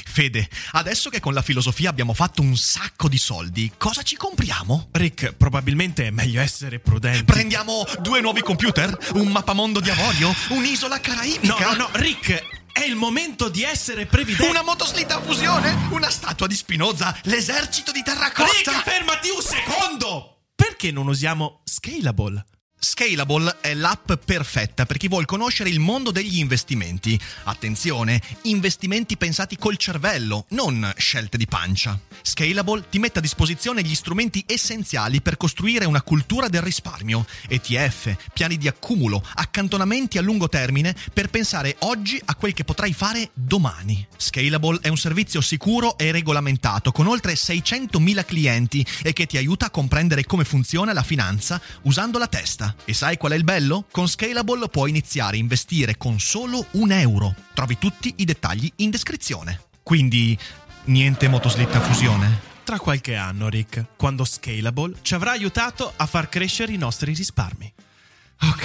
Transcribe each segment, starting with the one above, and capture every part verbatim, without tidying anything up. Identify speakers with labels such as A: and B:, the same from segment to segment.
A: Fede, adesso che con la filosofia abbiamo fatto un sacco di soldi, cosa ci compriamo?
B: Rick, probabilmente è meglio essere prudenti.
A: Prendiamo due nuovi computer? Un mappamondo di avorio? Un'isola caraibica?
B: No, no, no, Rick, è il momento di essere previdenti.
A: Una motoslitta a fusione? Una statua di Spinoza? L'esercito di terracotta?
B: Rick, fermati un secondo! Perché non usiamo Scalable?
A: Scalable è l'app perfetta per chi vuol conoscere il mondo degli investimenti. Attenzione, investimenti pensati col cervello, non scelte di pancia. Scalable ti mette a disposizione gli strumenti essenziali per costruire una cultura del risparmio, E T F, piani di accumulo, accantonamenti a lungo termine per pensare oggi a quel che potrai fare domani. Scalable è un servizio sicuro e regolamentato con oltre seicentomila clienti e che ti aiuta a comprendere come funziona la finanza usando la testa. E sai qual è il bello? Con Scalable puoi iniziare a investire con solo un euro. Trovi tutti i dettagli in descrizione. Quindi, niente motoslitta a fusione?
B: Tra qualche anno, Rick, quando Scalable ci avrà aiutato a far crescere i nostri risparmi.
A: Ok.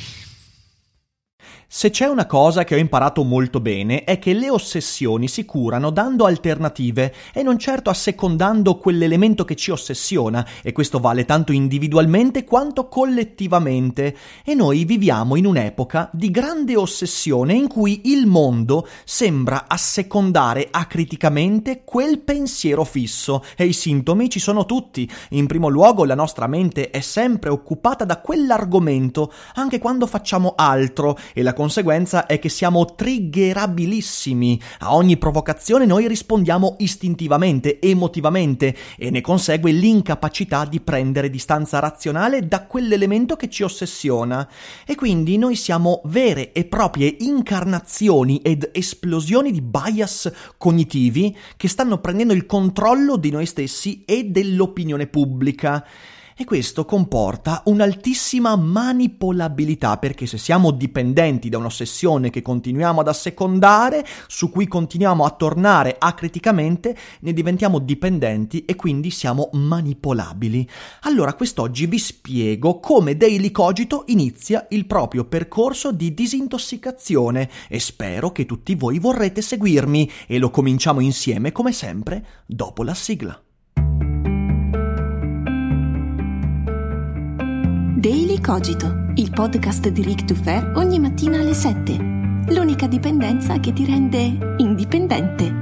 C: Se c'è una cosa che ho imparato molto bene è che le ossessioni si curano dando alternative e non certo assecondando quell'elemento che ci ossessiona, e questo vale tanto individualmente quanto collettivamente. E noi viviamo in un'epoca di grande ossessione in cui il mondo sembra assecondare acriticamente quel pensiero fisso, e i sintomi ci sono tutti. In primo luogo, la nostra mente è sempre occupata da quell'argomento, anche quando facciamo altro, e la conseguenza è che siamo triggerabilissimi. A ogni provocazione noi rispondiamo istintivamente, emotivamente, e ne consegue l'incapacità di prendere distanza razionale da quell'elemento che ci ossessiona. E quindi noi siamo vere e proprie incarnazioni ed esplosioni di bias cognitivi che stanno prendendo il controllo di noi stessi e dell'opinione pubblica. E questo comporta un'altissima manipolabilità, perché se siamo dipendenti da un'ossessione che continuiamo ad assecondare, su cui continuiamo a tornare acriticamente, ne diventiamo dipendenti e quindi siamo manipolabili. Allora, quest'oggi vi spiego come Daily Cogito inizia il proprio percorso di disintossicazione e spero che tutti voi vorrete seguirmi, e lo cominciamo insieme come sempre dopo la sigla.
D: Daily Cogito, il podcast di Rick Dufer ogni mattina alle sette. L'unica dipendenza che ti rende indipendente.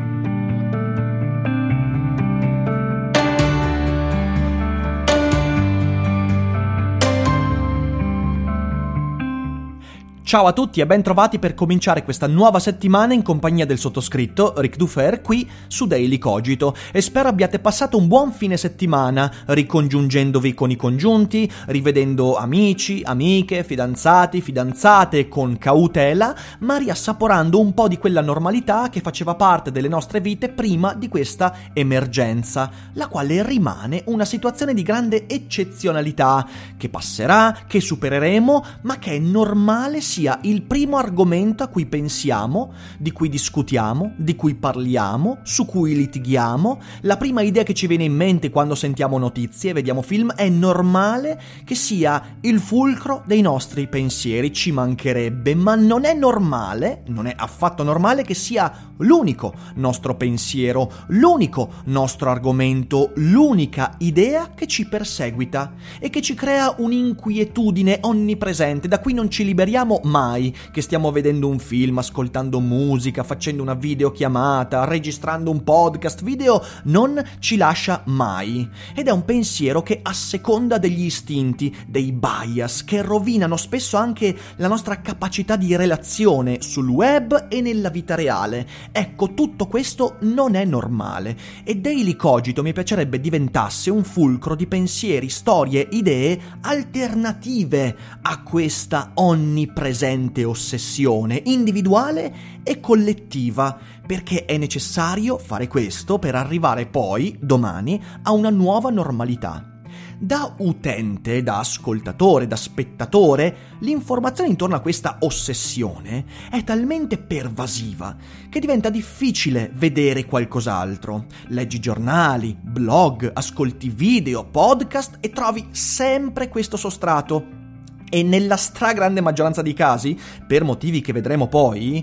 C: Ciao a tutti e ben trovati per cominciare questa nuova settimana in compagnia del sottoscritto, Rick Dufer, qui su Daily Cogito, e spero abbiate passato un buon fine settimana, ricongiungendovi con i congiunti, rivedendo amici, amiche, fidanzati, fidanzate con cautela, ma riassaporando un po' di quella normalità che faceva parte delle nostre vite prima di questa emergenza, la quale rimane una situazione di grande eccezionalità, che passerà, che supereremo, ma che è normale sia il primo argomento a cui pensiamo, di cui discutiamo, di cui parliamo, su cui litighiamo. La prima idea che ci viene in mente quando sentiamo notizie, vediamo film, è normale che sia il fulcro dei nostri pensieri, ci mancherebbe, ma non è normale, non è affatto normale che sia l'unico nostro pensiero, l'unico nostro argomento, l'unica idea che ci perseguita e che ci crea un'inquietudine onnipresente da cui non ci liberiamo mai, che stiamo vedendo un film, ascoltando musica, facendo una videochiamata, registrando un podcast video, non ci lascia mai. Ed è un pensiero che asseconda degli istinti, dei bias, che rovinano spesso anche la nostra capacità di relazione sul web e nella vita reale. Ecco, tutto questo non è normale, e Daily Cogito mi piacerebbe diventasse un fulcro di pensieri, storie, idee alternative a questa onnipresente ossessione individuale e collettiva, perché è necessario fare questo per arrivare poi, domani, a una nuova normalità. Da utente, da ascoltatore, da spettatore, l'informazione intorno a questa ossessione è talmente pervasiva che diventa difficile vedere qualcos'altro. Leggi giornali, blog, ascolti video, podcast e trovi sempre questo sostrato. E nella stragrande maggioranza dei casi, per motivi che vedremo poi,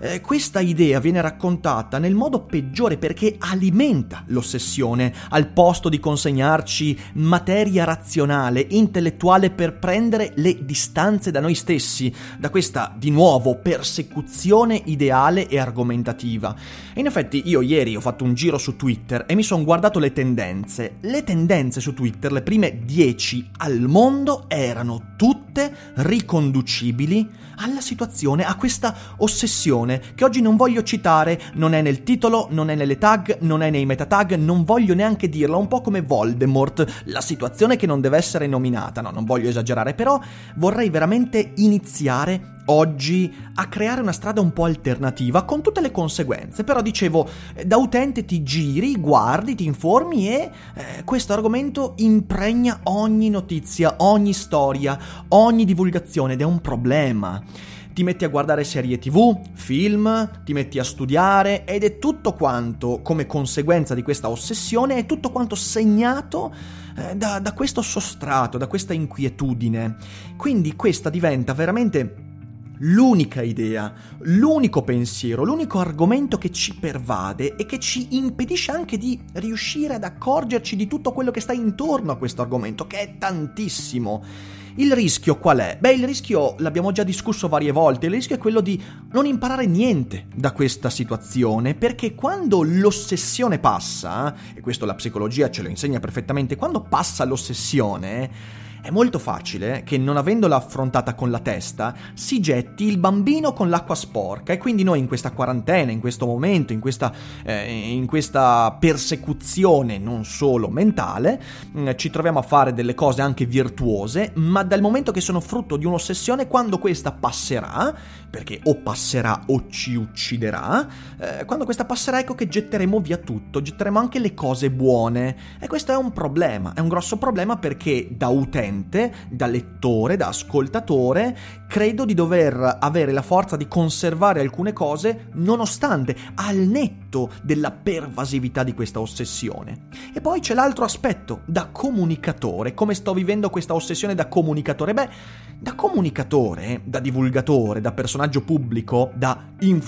C: eh, questa idea viene raccontata nel modo peggiore perché alimenta l'ossessione, al posto di consegnarci materia razionale, intellettuale per prendere le distanze da noi stessi, da questa, di nuovo, persecuzione ideale e argomentativa. E in effetti io ieri ho fatto un giro su Twitter e mi sono guardato le tendenze. Le tendenze su Twitter, le prime dieci al mondo, erano tutte riconducibili alla situazione, a questa ossessione che oggi non voglio citare, non è nel titolo, non è nelle tag, non è nei meta tag, non voglio neanche dirla, un po' come Voldemort, la situazione che non deve essere nominata. No, non voglio esagerare, però vorrei veramente iniziare oggi a creare una strada un po' alternativa con tutte le conseguenze. Però dicevo, da utente ti giri, guardi, ti informi e eh, questo argomento impregna ogni notizia, ogni storia, ogni divulgazione ed è un problema. Ti metti a guardare serie tv, film, ti metti a studiare ed è tutto quanto, come conseguenza di questa ossessione, è tutto quanto segnato eh, da, da questo sostrato, da questa inquietudine. Quindi questa diventa veramente l'unica idea, l'unico pensiero, l'unico argomento che ci pervade e che ci impedisce anche di riuscire ad accorgerci di tutto quello che sta intorno a questo argomento, che è tantissimo. Il rischio qual è? Beh, il rischio l'abbiamo già discusso varie volte, il rischio è quello di non imparare niente da questa situazione, perché quando l'ossessione passa, e questo la psicologia ce lo insegna perfettamente, quando passa l'ossessione è molto facile che, non avendola affrontata con la testa, si getti il bambino con l'acqua sporca, e quindi noi in questa quarantena, in questo momento, in questa, eh, in questa persecuzione non solo mentale, eh, ci troviamo a fare delle cose anche virtuose, ma dal momento che sono frutto di un'ossessione, quando questa passerà, perché o passerà o ci ucciderà, eh, quando questa passerà ecco che getteremo via tutto, getteremo anche le cose buone, e questo è un problema, è un grosso problema, perché da utente, da lettore, da ascoltatore, credo di dover avere la forza di conservare alcune cose nonostante, al netto della pervasività di questa ossessione. E poi c'è l'altro aspetto, da comunicatore. Come sto vivendo questa ossessione da comunicatore? Beh, da comunicatore, da divulgatore, da personaggio pubblico, da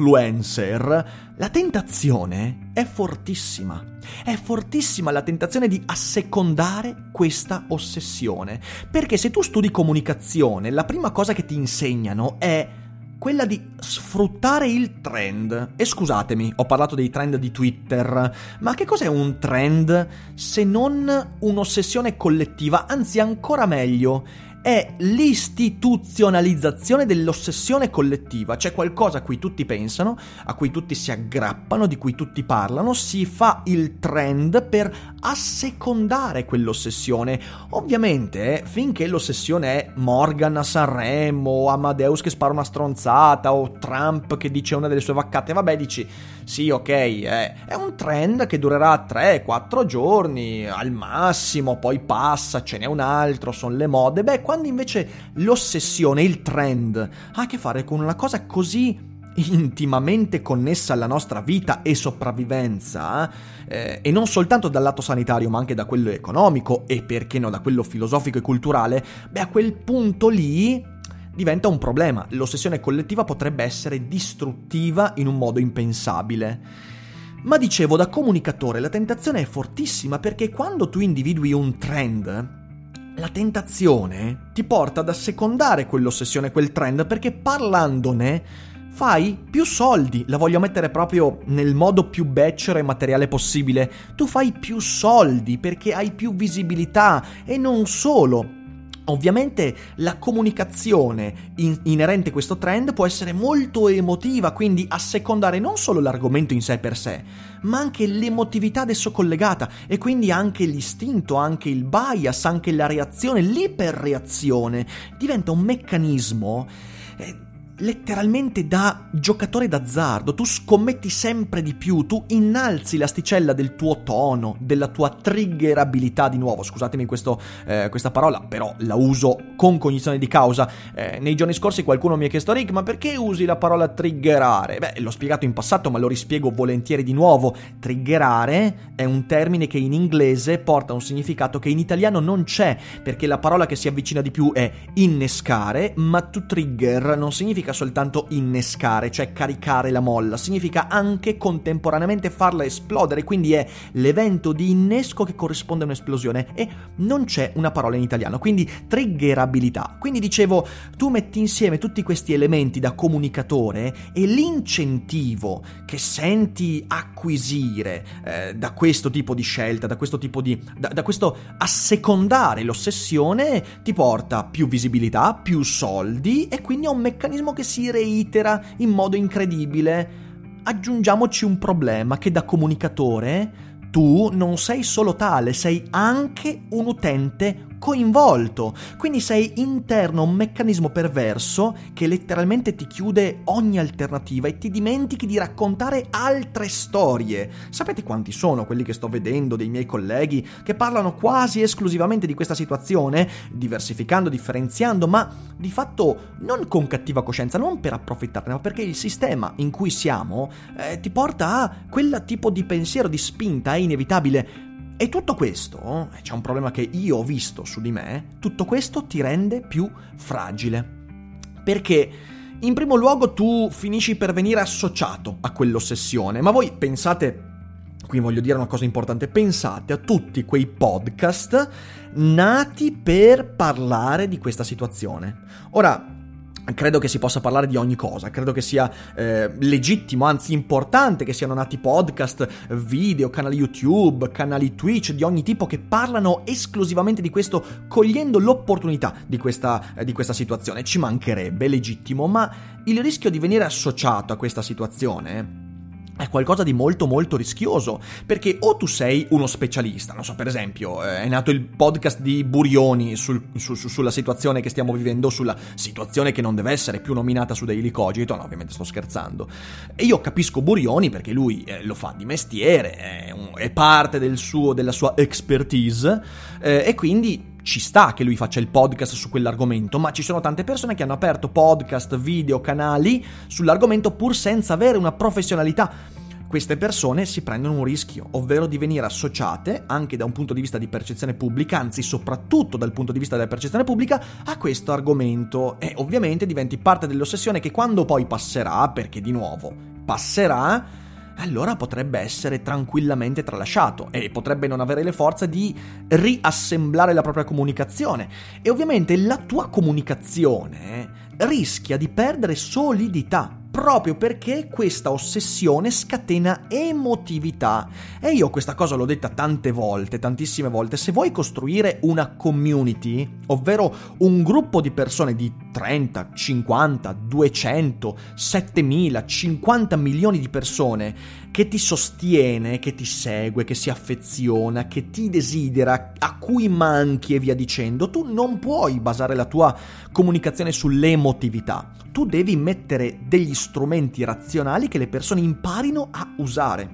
C: influencer, la tentazione è fortissima. È fortissima la tentazione di assecondare questa ossessione. Perché se tu studi comunicazione, la prima cosa che ti insegnano è quella di sfruttare il trend. E scusatemi, ho parlato dei trend di Twitter, ma che cos'è un trend se non un'ossessione collettiva? Anzi, ancora meglio, è l'istituzionalizzazione dell'ossessione collettiva. C'è qualcosa a cui tutti pensano, a cui tutti si aggrappano, di cui tutti parlano, si fa il trend per assecondare quell'ossessione. Ovviamente, eh, finché l'ossessione è Morgan a Sanremo, Amadeus che spara una stronzata o Trump che dice una delle sue vaccate, vabbè, dici sì, ok, eh, è un trend che durerà tre quattro giorni al massimo, poi passa, ce n'è un altro, sono le mode. Beh, quando invece l'ossessione, il trend, ha a che fare con una cosa così intimamente connessa alla nostra vita e sopravvivenza, eh, e non soltanto dal lato sanitario ma anche da quello economico e perché no da quello filosofico e culturale, beh, a quel punto lì diventa un problema. L'ossessione collettiva potrebbe essere distruttiva in un modo impensabile. Ma dicevo, da comunicatore la tentazione è fortissima, perché quando tu individui un trend, la tentazione ti porta ad assecondare quell'ossessione, quel trend, perché parlandone fai più soldi. La voglio mettere proprio nel modo più becero e materiale possibile. Tu fai più soldi perché hai più visibilità, e non solo. Ovviamente la comunicazione in- inerente a questo trend può essere molto emotiva, quindi assecondare non solo l'argomento in sé per sé, ma anche l'emotività ad esso collegata, e quindi anche l'istinto, anche il bias, anche la reazione, l'iperreazione. Diventa un meccanismo eh, letteralmente da giocatore d'azzardo. Tu scommetti sempre di più, tu innalzi l'asticella del tuo tono, della tua triggerabilità. Di nuovo, scusatemi questo, eh, questa parola, però la uso con cognizione di causa. Eh, nei giorni scorsi qualcuno mi ha chiesto: Rick, ma perché usi la parola triggerare? Beh, l'ho spiegato in passato, ma lo rispiego volentieri di nuovo. Triggerare è un termine che in inglese porta un significato che in italiano non c'è, perché la parola che si avvicina di più è innescare, ma to trigger non significa soltanto innescare, cioè caricare la molla, significa anche contemporaneamente farla esplodere, quindi è l'evento di innesco che corrisponde a un'esplosione e non c'è una parola in italiano, quindi triggerabilità. Quindi dicevo, tu metti insieme tutti questi elementi da comunicatore e l'incentivo che senti acquisire eh, da questo tipo di scelta, da questo tipo di da, da questo assecondare l'ossessione ti porta più visibilità, più soldi e quindi è un meccanismo che si reitera in modo incredibile. Aggiungiamoci un problema, che da comunicatore tu non sei solo tale, sei anche un utente coinvolto, quindi sei interno a un meccanismo perverso che letteralmente ti chiude ogni alternativa e ti dimentichi di raccontare altre storie. Sapete quanti sono quelli che sto vedendo dei miei colleghi che parlano quasi esclusivamente di questa situazione, diversificando, differenziando, ma di fatto non con cattiva coscienza, non per approfittarne, ma perché il sistema in cui siamo eh, ti porta a quel tipo di pensiero, di spinta, è inevitabile. E tutto questo, c'è un problema che io ho visto su di me, tutto questo ti rende più fragile. Perché in primo luogo tu finisci per venire associato a quell'ossessione, ma voi pensate, qui voglio dire una cosa importante, pensate a tutti quei podcast nati per parlare di questa situazione. Ora, credo che si possa parlare di ogni cosa, credo che sia eh, legittimo, anzi importante che siano nati podcast, video, canali YouTube, canali Twitch di ogni tipo che parlano esclusivamente di questo, cogliendo l'opportunità di questa, eh, di questa situazione. Ci mancherebbe, è legittimo, ma il rischio di venire associato a questa situazione è qualcosa di molto molto rischioso, perché o tu sei uno specialista, non so, per esempio è nato il podcast di Burioni sul, su, su, sulla situazione che stiamo vivendo, sulla situazione che non deve essere più nominata su Daily Cogito, no, ovviamente sto scherzando, e io capisco Burioni perché lui eh, lo fa di mestiere, è, un, è parte del suo, della sua expertise eh, e quindi ci sta che lui faccia il podcast su quell'argomento, ma ci sono tante persone che hanno aperto podcast, video, canali sull'argomento pur senza avere una professionalità. Queste persone si prendono un rischio, ovvero di venire associate, anche da un punto di vista di percezione pubblica, anzi soprattutto dal punto di vista della percezione pubblica, a questo argomento. E ovviamente diventi parte dell'ossessione che quando poi passerà, perché di nuovo passerà, allora potrebbe essere tranquillamente tralasciato e potrebbe non avere le forze di riassemblare la propria comunicazione. E ovviamente la tua comunicazione rischia di perdere solidità, proprio perché questa ossessione scatena emotività. E io questa cosa l'ho detta tante volte, tantissime volte. Se vuoi costruire una community, ovvero un gruppo di persone di trenta, cinquanta, duecento, settemila, cinquanta milioni di persone che ti sostiene, che ti segue, che si affeziona, che ti desidera, a cui manchi e via dicendo, tu non puoi basare la tua comunicazione sull'emotività. Tu devi mettere degli strumenti razionali che le persone imparino a usare.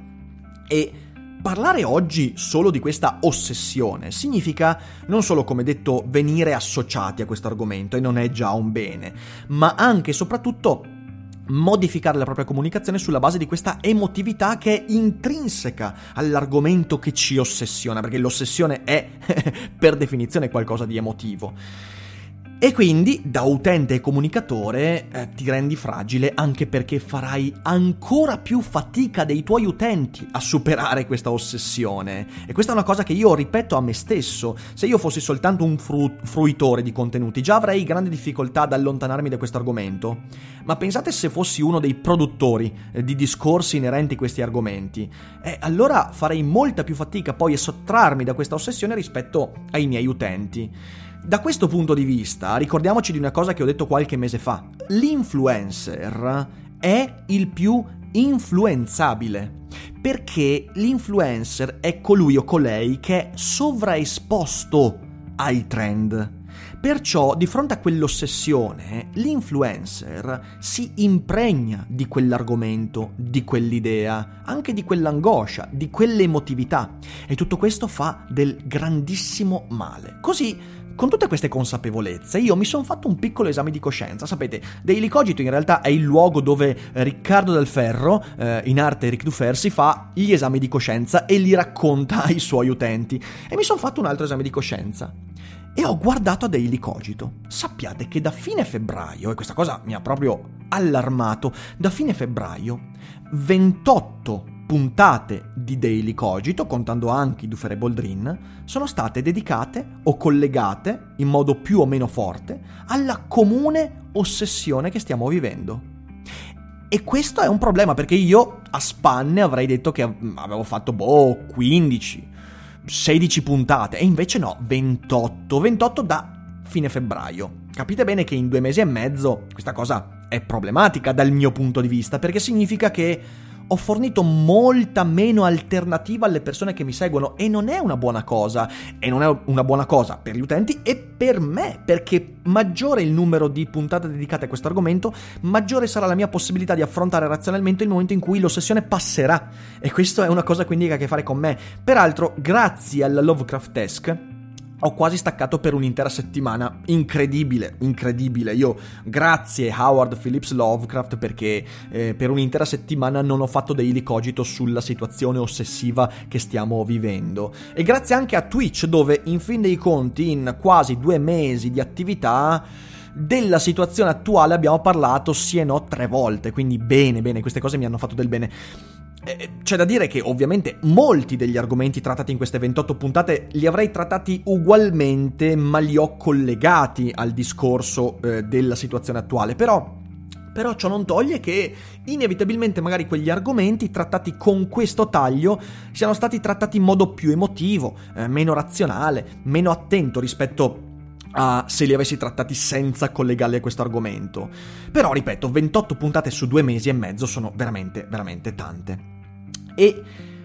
C: E parlare oggi solo di questa ossessione significa non solo, come detto, venire associati a questo argomento, e non è già un bene, ma anche e soprattutto modificare la propria comunicazione sulla base di questa emotività che è intrinseca all'argomento che ci ossessiona, perché l'ossessione è per definizione qualcosa di emotivo. E quindi, da utente e comunicatore, eh, ti rendi fragile anche perché farai ancora più fatica dei tuoi utenti a superare questa ossessione. E questa è una cosa che io ripeto a me stesso. Se io fossi soltanto un fru- fruitore di contenuti, già avrei grande difficoltà ad allontanarmi da questo argomento. Ma pensate se fossi uno dei produttori eh, di discorsi inerenti a questi argomenti. Eh, allora farei molta più fatica poi a sottrarmi da questa ossessione rispetto ai miei utenti. Da questo punto di vista, ricordiamoci di una cosa che ho detto qualche mese fa. L'influencer è il più influenzabile, perché l'influencer è colui o colei che è sovraesposto ai trend. Perciò, di fronte a quell'ossessione, l'influencer si impregna di quell'argomento, di quell'idea, anche di quell'angoscia, di quell'emotività. E tutto questo fa del grandissimo male. Così, con tutte queste consapevolezze, io mi sono fatto un piccolo esame di coscienza. Sapete, Daily Cogito in realtà è il luogo dove Riccardo Del Ferro, eh, in arte Ric Dufer, si fa gli esami di coscienza e li racconta ai suoi utenti. E mi sono fatto un altro esame di coscienza. e ho guardato a Daily Cogito. Sappiate che da fine febbraio, e questa cosa mi ha proprio allarmato, da fine febbraio ventotto puntate di Daily Cogito, contando anche Dufer e Boldrin, sono state dedicate o collegate in modo più o meno forte alla comune ossessione che stiamo vivendo. E questo è un problema, perché io a spanne avrei detto che avevo fatto boh quindici sedici puntate, e invece no, ventotto ventotto da fine febbraio. Capite bene che in due mesi e mezzo questa cosa è problematica dal mio punto di vista, perché significa che ho fornito molta meno alternativa alle persone che mi seguono, e non è una buona cosa, e non è una buona cosa per gli utenti e per me, perché maggiore il numero di puntate dedicate a questo argomento, maggiore sarà la mia possibilità di affrontare razionalmente il momento in cui l'ossessione passerà, e questo è una cosa quindi che ha a che fare con me. Peraltro, grazie alla Lovecraftesque ho quasi staccato per un'intera settimana. Incredibile, incredibile. Io grazie Howard Phillips Lovecraft, perché eh, per un'intera settimana non ho fatto Daily Cogito sulla situazione ossessiva che stiamo vivendo. E grazie anche a Twitch, dove in fin dei conti, in quasi due mesi di attività, della situazione attuale abbiamo parlato sì e no tre volte. Quindi bene, bene, queste cose mi hanno fatto del bene. C'è da dire che ovviamente molti degli argomenti trattati in queste ventotto puntate li avrei trattati ugualmente, ma li ho collegati al discorso eh, della situazione attuale. Però, però ciò non toglie che inevitabilmente magari quegli argomenti trattati con questo taglio siano stati trattati in modo più emotivo, eh, meno razionale, meno attento rispetto a se li avessi trattati senza collegarli a questo argomento. Però, ripeto, ventotto puntate su due mesi e mezzo sono veramente, veramente tante. E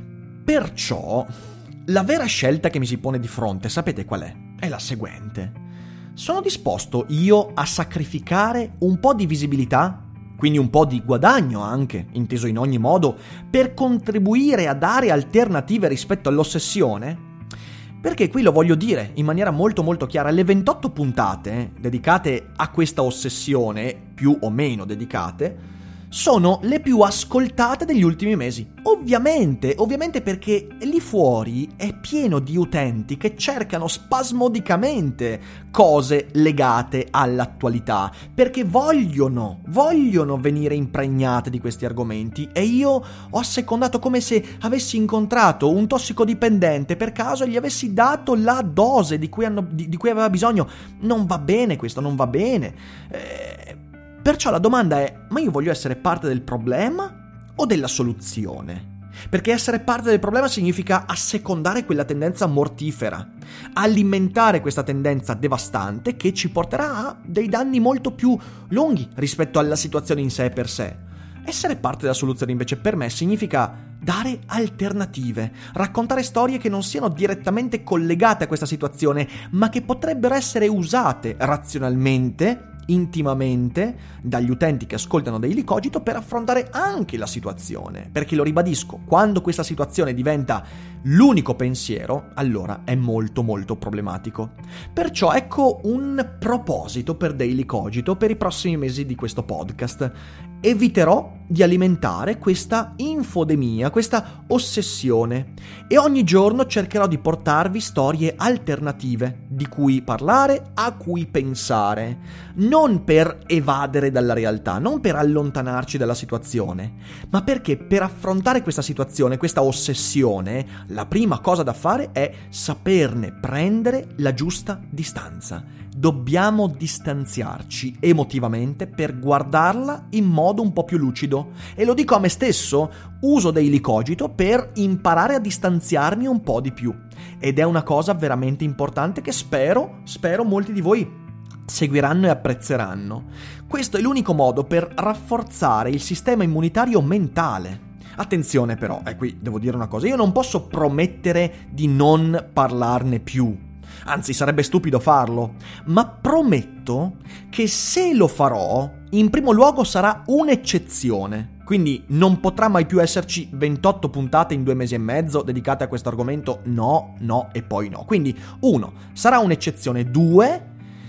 C: perciò la vera scelta che mi si pone di fronte, sapete qual è? È la seguente. Sono disposto io a sacrificare un po' di visibilità, quindi un po' di guadagno anche, inteso in ogni modo, per contribuire a dare alternative rispetto all'ossessione? Perché qui lo voglio dire in maniera molto molto chiara, le ventotto puntate dedicate a questa ossessione, più o meno dedicate, sono le più ascoltate degli ultimi mesi. Ovviamente, ovviamente perché lì fuori è pieno di utenti che cercano spasmodicamente cose legate all'attualità, perché vogliono, vogliono venire impregnate di questi argomenti, e io ho assecondato come se avessi incontrato un tossicodipendente per caso e gli avessi dato la dose di cui, hanno, di, di cui aveva bisogno. Non va bene questo, non va bene. Eh, Perciò la domanda è: ma io voglio essere parte del problema o della soluzione? Perché essere parte del problema significa assecondare quella tendenza mortifera, alimentare questa tendenza devastante che ci porterà a dei danni molto più lunghi rispetto alla situazione in sé per sé. Essere parte della soluzione invece per me significa dare alternative, raccontare storie che non siano direttamente collegate a questa situazione, ma che potrebbero essere usate razionalmente, intimamente, dagli utenti che ascoltano Daily Cogito per affrontare anche la situazione. Perché, lo ribadisco, quando questa situazione diventa l'unico pensiero, allora è molto molto problematico. Perciò ecco un proposito per Daily Cogito per i prossimi mesi di questo podcast. Eviterò di alimentare questa infodemia, questa ossessione, e ogni giorno cercherò di portarvi storie alternative di cui parlare, a cui pensare, non per evadere dalla realtà, non per allontanarci dalla situazione, ma perché per affrontare questa situazione, questa ossessione, la prima cosa da fare è saperne prendere la giusta distanza. Dobbiamo distanziarci emotivamente per guardarla in modo un po' più lucido. E lo dico a me stesso, uso Daily Cogito per imparare a distanziarmi un po' di più. Ed è una cosa veramente importante che spero, spero molti di voi seguiranno e apprezzeranno. Questo è l'unico modo per rafforzare il sistema immunitario mentale. Attenzione però, e qui devo dire una cosa, io non posso promettere di non parlarne più. Anzi, sarebbe stupido farlo, ma prometto che se lo farò, in primo luogo sarà un'eccezione. Quindi non potrà mai più esserci ventotto puntate in due mesi e mezzo dedicate a questo argomento, no, no e poi no. Quindi, uno, sarà un'eccezione, due,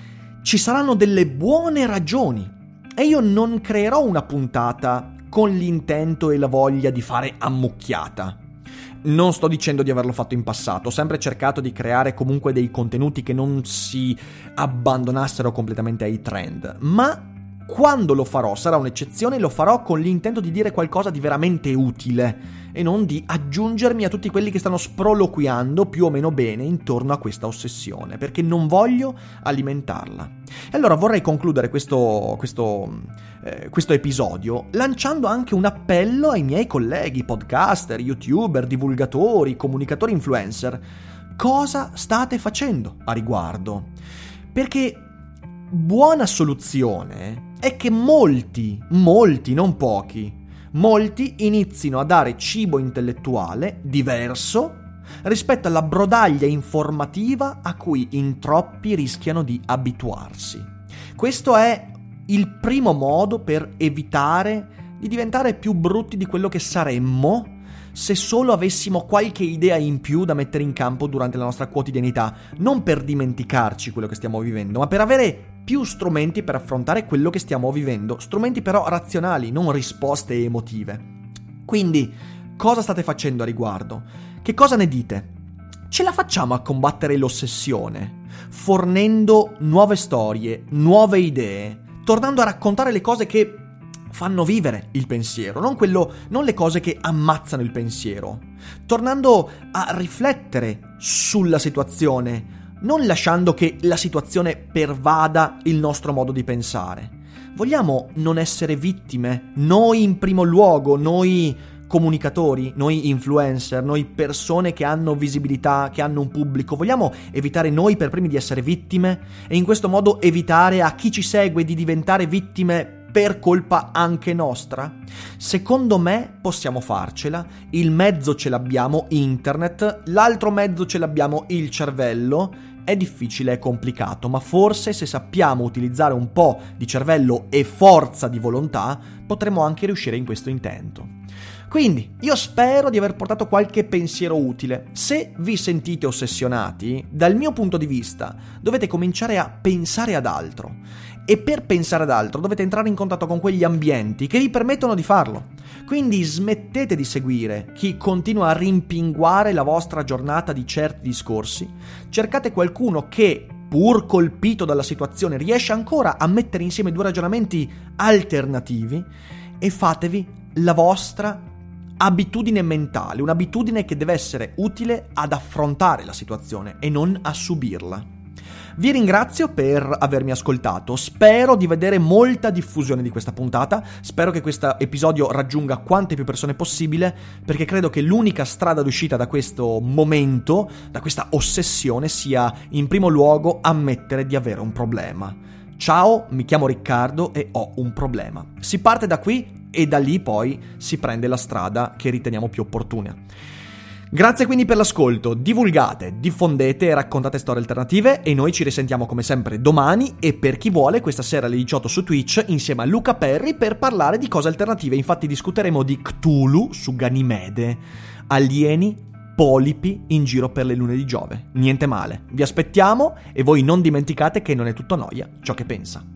C: ci saranno delle buone ragioni e io non creerò una puntata con l'intento e la voglia di fare ammucchiata. Non sto dicendo di averlo fatto in passato, ho sempre cercato di creare comunque dei contenuti che non si abbandonassero completamente ai trend, ma quando lo farò sarà un'eccezione e lo farò con l'intento di dire qualcosa di veramente utile e non di aggiungermi a tutti quelli che stanno sproloquiando più o meno bene intorno a questa ossessione, perché non voglio alimentarla. E allora vorrei concludere questo, questo, eh, questo episodio lanciando anche un appello ai miei colleghi podcaster, youtuber, divulgatori, comunicatori influencer. Cosa state facendo a riguardo? Perché buona soluzione è che molti, molti, non pochi, molti inizino a dare cibo intellettuale diverso rispetto alla brodaglia informativa a cui in troppi rischiano di abituarsi. Questo è il primo modo per evitare di diventare più brutti di quello che saremmo se solo avessimo qualche idea in più da mettere in campo durante la nostra quotidianità, non per dimenticarci quello che stiamo vivendo, ma per avere più strumenti per affrontare quello che stiamo vivendo, strumenti però razionali, non risposte emotive. Quindi, cosa state facendo a riguardo? Che cosa ne dite? Ce la facciamo a combattere l'ossessione, fornendo nuove storie, nuove idee, tornando a raccontare le cose che fanno vivere il pensiero, non quello, non le cose che ammazzano il pensiero, tornando a riflettere sulla situazione, non lasciando che la situazione pervada il nostro modo di pensare. Vogliamo non essere vittime, noi in primo luogo, noi comunicatori, noi influencer, noi persone che hanno visibilità, che hanno un pubblico, vogliamo evitare noi per primi di essere vittime e in questo modo evitare a chi ci segue di diventare vittime per colpa anche nostra? Secondo me possiamo farcela, il mezzo ce l'abbiamo, internet, l'altro mezzo ce l'abbiamo, il cervello. È difficile, è complicato, ma forse se sappiamo utilizzare un po' di cervello e forza di volontà, potremo anche riuscire in questo intento. Quindi, io spero di aver portato qualche pensiero utile. Se vi sentite ossessionati, dal mio punto di vista, dovete cominciare a pensare ad altro. E per pensare ad altro dovete entrare in contatto con quegli ambienti che vi permettono di farlo. Quindi smettete di seguire chi continua a rimpinguare la vostra giornata di certi discorsi, cercate qualcuno che, pur colpito dalla situazione, riesce ancora a mettere insieme due ragionamenti alternativi e fatevi la vostra abitudine mentale, un'abitudine che deve essere utile ad affrontare la situazione e non a subirla. Vi ringrazio per avermi ascoltato, spero di vedere molta diffusione di questa puntata, spero che questo episodio raggiunga quante più persone possibile, perché credo che l'unica strada d'uscita da questo momento, da questa ossessione, sia in primo luogo ammettere di avere un problema. Ciao, mi chiamo Riccardo e ho un problema. Si parte da qui e da lì poi si prende la strada che riteniamo più opportuna. Grazie quindi per l'ascolto, divulgate, diffondete e raccontate storie alternative e noi ci risentiamo come sempre domani e per chi vuole questa sera alle diciotto su Twitch insieme a Luca Perri per parlare di cose alternative. Infatti discuteremo di Cthulhu su Ganimede, alieni, polipi in giro per le lune di Giove. Niente male, vi aspettiamo e voi non dimenticate che non è tutto noia ciò che pensa.